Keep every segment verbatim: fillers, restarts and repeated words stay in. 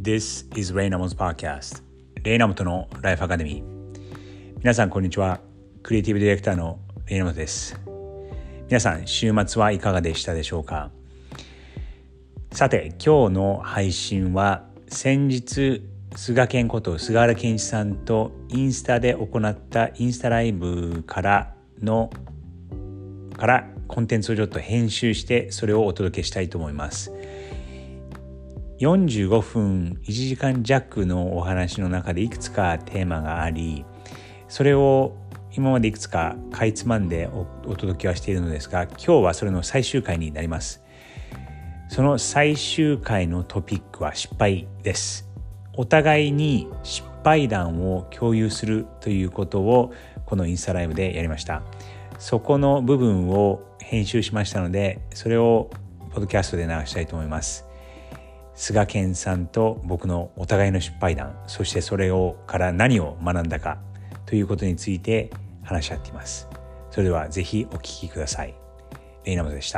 This is Raynamo's Podcast レイナモトのライフアカデミー。皆さんこんにちは。クリエイティブディレクターのレイナモトです。皆さん週末はいかがでしたでしょうか。さて今日の配信は先日菅健こと菅原健一さんとインスタで行ったインスタライブからのからコンテンツをちょっと編集してそれをお届けしたいと思います。よんじゅうごふんいちじかん弱のお話の中でいくつかテーマがあり、それを今までいくつかかいつまんで お, お届けはしているのですが、今日はそれの最終回になります。その最終回のトピックは失敗です。お互いに失敗談を共有するということをこのインスタライブでやりました。そこの部分を編集しましたので、それをポッドキャストで流したいと思います。菅健さんと僕のお互いの失敗談、そしてそれをから何を学んだかということについて話し合っています。それではぜひお聞きください。レイナモトでした。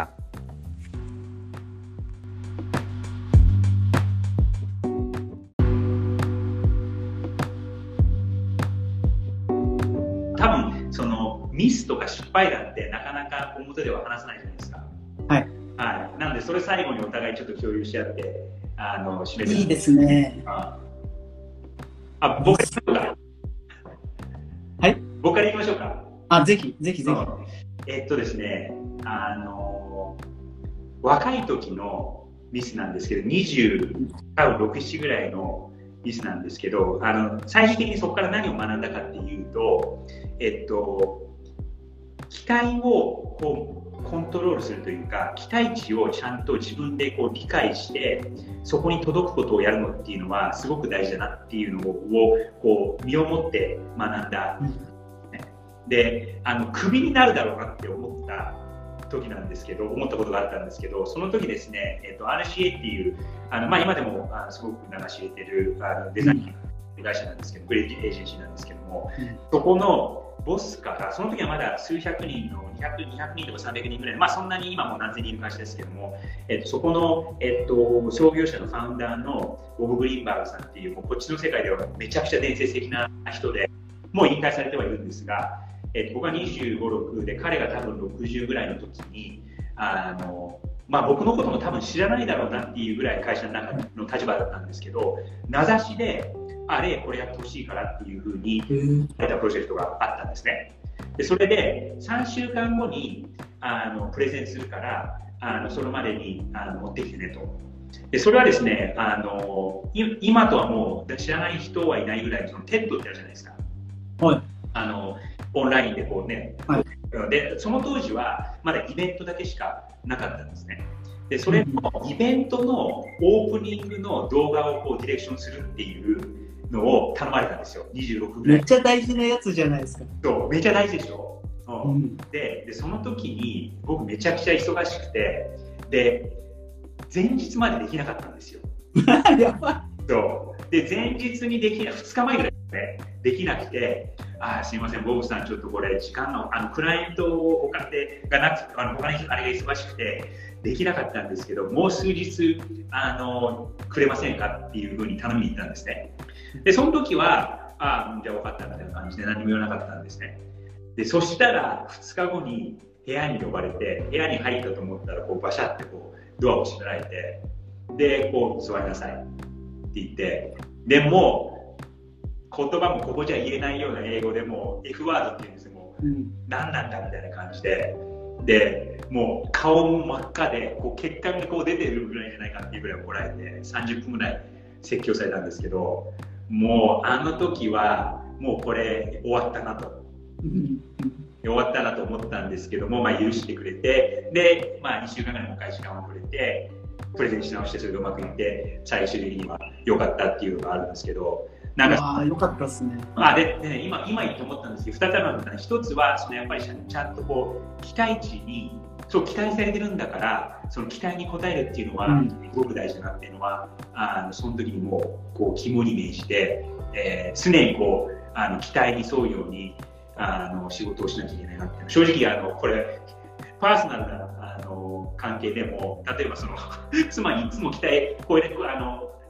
多分そのミスとか失敗談ってなかなか表では話さないじゃないですか。 はい。 はい。なのでそれ最後にお互いちょっと共有し合って、あの締めて。 いいですね。 あ、あ僕から行きましょうか。 はい。 僕から行きましょうか。 あ、ぜひぜひぜひ。 えっとですね、あの若い時のミスなんですけど、にじゅうろく、ななぐらいのミスなんですけど、あの最終的にそこから何を学んだかっていうと、えっと期待をこうコントロールするというか、期待値をちゃんと自分でこう理解してそこに届くことをやるのっていうのはすごく大事だなっていうのをこう身をもって学んだ、うん、で、あのクビになるだろうなって思った時なんですけど、思ったことがあったんですけど、その時ですね、えっと、アールシーエー っていうあの、まあ、今でもあのすごく流し入れてるあのデザイン会社なんですけど、クリエイティブエージェンシーなんですけども、うん、そこのボスから、その時はまだ数百人のにひゃく、にひゃくにんとかさんびゃくにんぐらい、まあそんなに今も何千人いる会社ですけども、えっと、そこの、えっと、創業者のファウンダーのボブ・グリーンバーグさんっていう、もうこっちの世界ではめちゃくちゃ伝説的な人で、もう引退されてはいるんですが、えっと、僕はにじゅうご、ろくで、彼が多分ろくじゅうぐらいの時に、あの、まあ僕のことも多分知らないだろうなっていうぐらい会社の中の立場だったんですけど、名指しで、あれこれやってほしいからっていうふうにやったプロジェクトがあったんですね。でそれでさんしゅうかんごにあのプレゼンするからあのそれまでにあの持ってきてねと。でそれはですね、あの今とはもう知らない人はいないぐらいそのテッドってあるじゃないですか。 はい。 あのオンラインでこうね、はい、でその当時はまだイベントだけしかなかったんですね。でそれのイベントのオープニングの動画をこうディレクションするっていうのを頼まれたんですよ。にじゅうろくぐらい。 めっちゃ大事なやつじゃないですか。 そう、めっちゃ大事でしょ。うん、で, でその時に僕めちゃくちゃ忙しくて、で前日までできなかったんですよ。 やばい。 そうで前日にできなふつかまえぐらいで、ね、できなくて、あすいませんボブさんちょっとこれ時間のあのクライアントをお金がなくて、あの他にあれが忙しくてできなかったんですけど、もう数日あのくれませんかっていうふうに頼みに行ったんですね。でその時はああじゃあ分かったみたいな感じで何も言わなかったんですね。でそしたらふつかごに部屋に呼ばれて、部屋に入ったと思ったらこうバシャってこうドアを閉められて、でこう座りなさいって言って、でも言葉もここじゃ言えないような英語でもう F ワードっていうんですよ。もう、うん、何なんだみたいな感じで、でもう顔も真っ赤でこう血管がこう出てるぐらいじゃないかっていうぐらい怒られてさんじゅっぷんぐらい説教されたんですけど、もうあの時はもうこれ終わったなと終わったなと思ったんですけども、まあ、許してくれて、で、まあ、にしゅうかんぐらいもう一回時間をくれてプレゼンし直して、それがうまくいって最終的には良かったっていうのがあるんですけど、 なんかあ良かったですね。 まあ、でで、ね、今今言って思ったんですけど、ふたつあるのが一つはそのやっぱりちゃんとこう期待値にそう期待されてるんだからその期待に応えるっていうのはすごく大事だなっていうのは、うん、あのその時にもうこう肝に銘じて、えー、常にこうあの期待に沿うようにあの仕事をしなきゃいけないなって。正直あのこれパーソナルなあの関係でも、例えばその妻にいつも期待こういうあの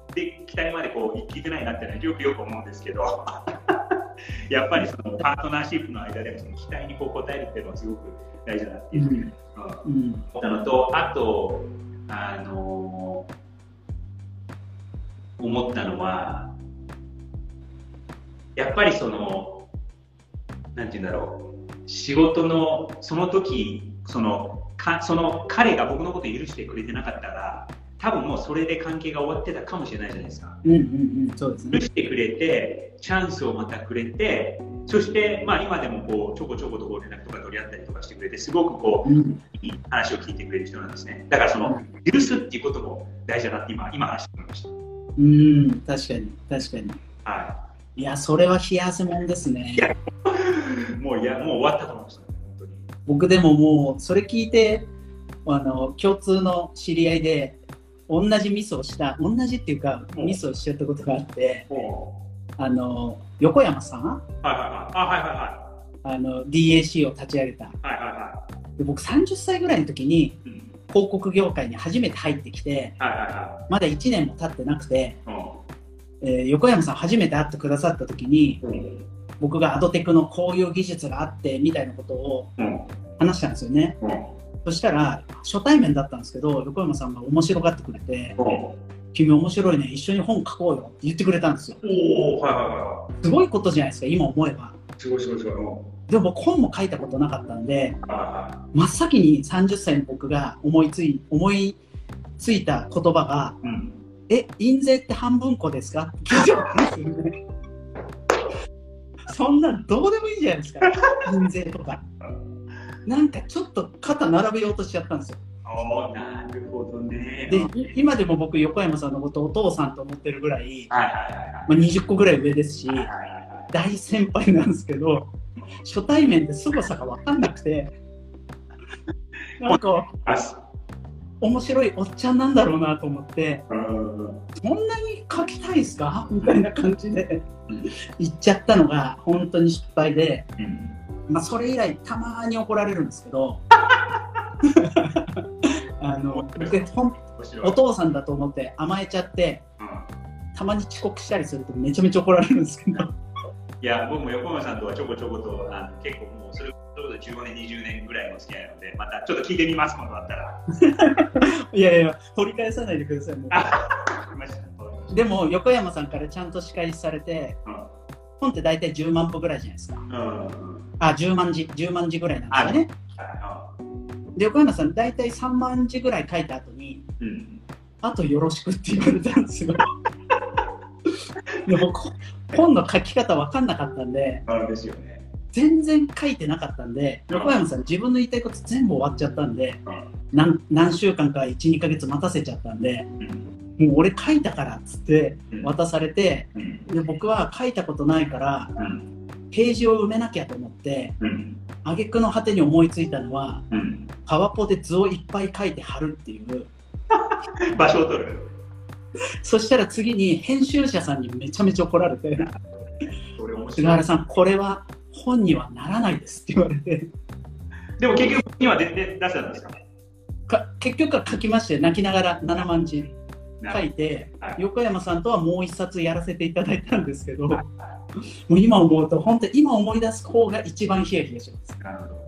で期待までこう聞いてないなっていうのはよくよく思うんですけどやっぱりそのパートナーシップの間でもその期待にこう応えるっていうのはすごく大事だなっていうふうに思ったのと、あとあの思ったのはやっぱりそのなんていうんだろう、仕事のその時そのかその彼が僕のことを許してくれてなかったら多分もうそれで関係が終わってたかもしれないじゃないですか。 うんうんうん、そうですね。 許してくれてチャンスをまたくれて、そしてまあ今でもこうちょこちょこと連絡とか取り合ったりとかしてくれて、すごくこう、うん、いい話を聞いてくれる人なんですね。だからその許すっていうことも大事だなって今今話して思いました。 うん、確かに確かに。 はい。 いや、それは冷や汗もんですね。 いやもういやもう終わったと思いました、ね、本当に。 僕でももうそれ聞いてあの共通の知り合いで同じミスをした同じっていうかミスをしちゃったことがあって、あの横山さん、はいはいはい、あはいはいはい、 あの ディーエーシー を立ち上げた、はいはいはい、で僕さんじゅっさいぐらいの時に、うん、広告業界に初めて入ってきて、はいはいはい、まだいちねんも経ってなくて、えー、横山さん初めて会ってくださった時に、うん、僕がアドテクのこういう技術があってみたいなことを話したんですよね、うん、そしたら初対面だったんですけど横山さんが面白がってくれて、うん、君面白いね、一緒に本書こうよって言ってくれたんですよ。 お、はいはいはい、 すごいことじゃないですか、今思えば。 すごいすごいすごい。 でも僕本も書いたことなかったんで、真っ先にさんじゅっさいの僕が思いつい思いついた言葉が、うん、え、印税って半分こですかって聞いてたんですよね。そんなどうでもいいじゃないですか、印税とか。なんかちょっと肩並べようとしちゃったんですよ。 おー、なるほどね。 で、今でも僕横山さんのことをお父さんと思ってるぐらい、 はいはいはいはい、 まあ、にじゅっこぐらい上ですし、 はいはいはいはい、 大先輩なんですけど、初対面で凄さが分かんなくて、なんか面白いおっちゃんなんだろうなと思って、そんなに書きたいですかみたいな感じで言っちゃったのが本当に失敗で、まあ、それ以来たまに怒られるんですけどあのでお父さんだと思って甘えちゃって、たまに遅刻したりするとめちゃめちゃ怒られるんですけどいや、僕も横山さんとはちょこちょことあの結構もうそれこそじゅうごねんにじゅうねんぐらいの付き合いなので、またちょっと聞いてみます、今度あったらいやいや、取り返さないでくださいもうでも横山さんからちゃんと仕返しされて、うん、本って大体じゅうまんぽぐらいじゃないですか、うん、あ、じゅうまんじじゅうまんじぐらいなんですよね。で、横山さん大体さんまんじぐらい書いた後に、うん、あとよろしくって言われたんですよでも本の書き方分かんなかったんで、 あれですよね、 全然書いてなかったんで、横山さん自分の言いたいこと全部終わっちゃったんで、うん、何, 何週間かいち、にかげつ待たせちゃったんで、うん、もう俺書いたからっつって渡されて、うん、で僕は書いたことないから、うん、ページを埋めなきゃと思って、うん、挙句の果てに思いついたのは、うん、パワポで図をいっぱい書いて貼るっていう場所を取る。 そしたら次に編集者さんにめちゃめちゃ怒られて菅原さん、これは本にはならないですって言われて、 でも結局には出て出したんですかね。 か結局は書きまして、泣きながらななまんじ書いて、はい、横山さんとはもう一冊やらせていただいたんですけど、はい、もう今思うと本当に今思い出す方が一番ヒヤヒヤします。 なるほど。